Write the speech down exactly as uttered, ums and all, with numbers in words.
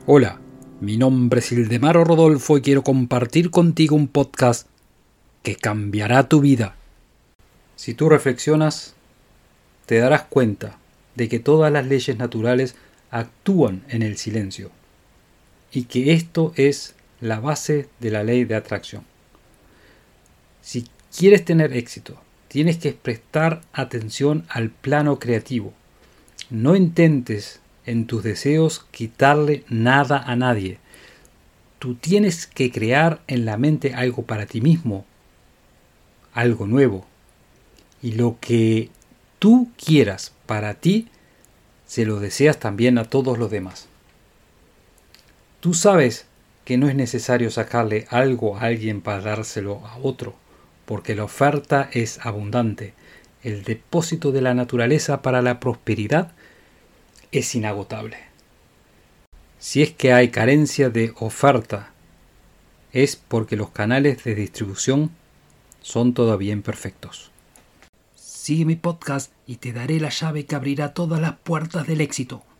Hola, mi nombre es Ildemaro Rodolfo y quiero compartir contigo un podcast que cambiará tu vida. Si tú reflexionas, te darás cuenta de que todas las leyes naturales actúan en el silencio y que esto es la base de la ley de atracción. Si quieres tener éxito, tienes que prestar atención al plano creativo. No intentes en tus deseos quitarle nada a nadie. Tú tienes que crear en la mente algo para ti mismo, algo nuevo. Y lo que tú quieras para ti, se lo deseas también a todos los demás. Tú sabes que no es necesario sacarle algo a alguien para dárselo a otro, porque la oferta es abundante. El depósito de la naturaleza para la prosperidad es inagotable. Si es que hay carencia de oferta, es porque los canales de distribución son todavía imperfectos. Sigue mi podcast y te daré la llave que abrirá todas las puertas del éxito.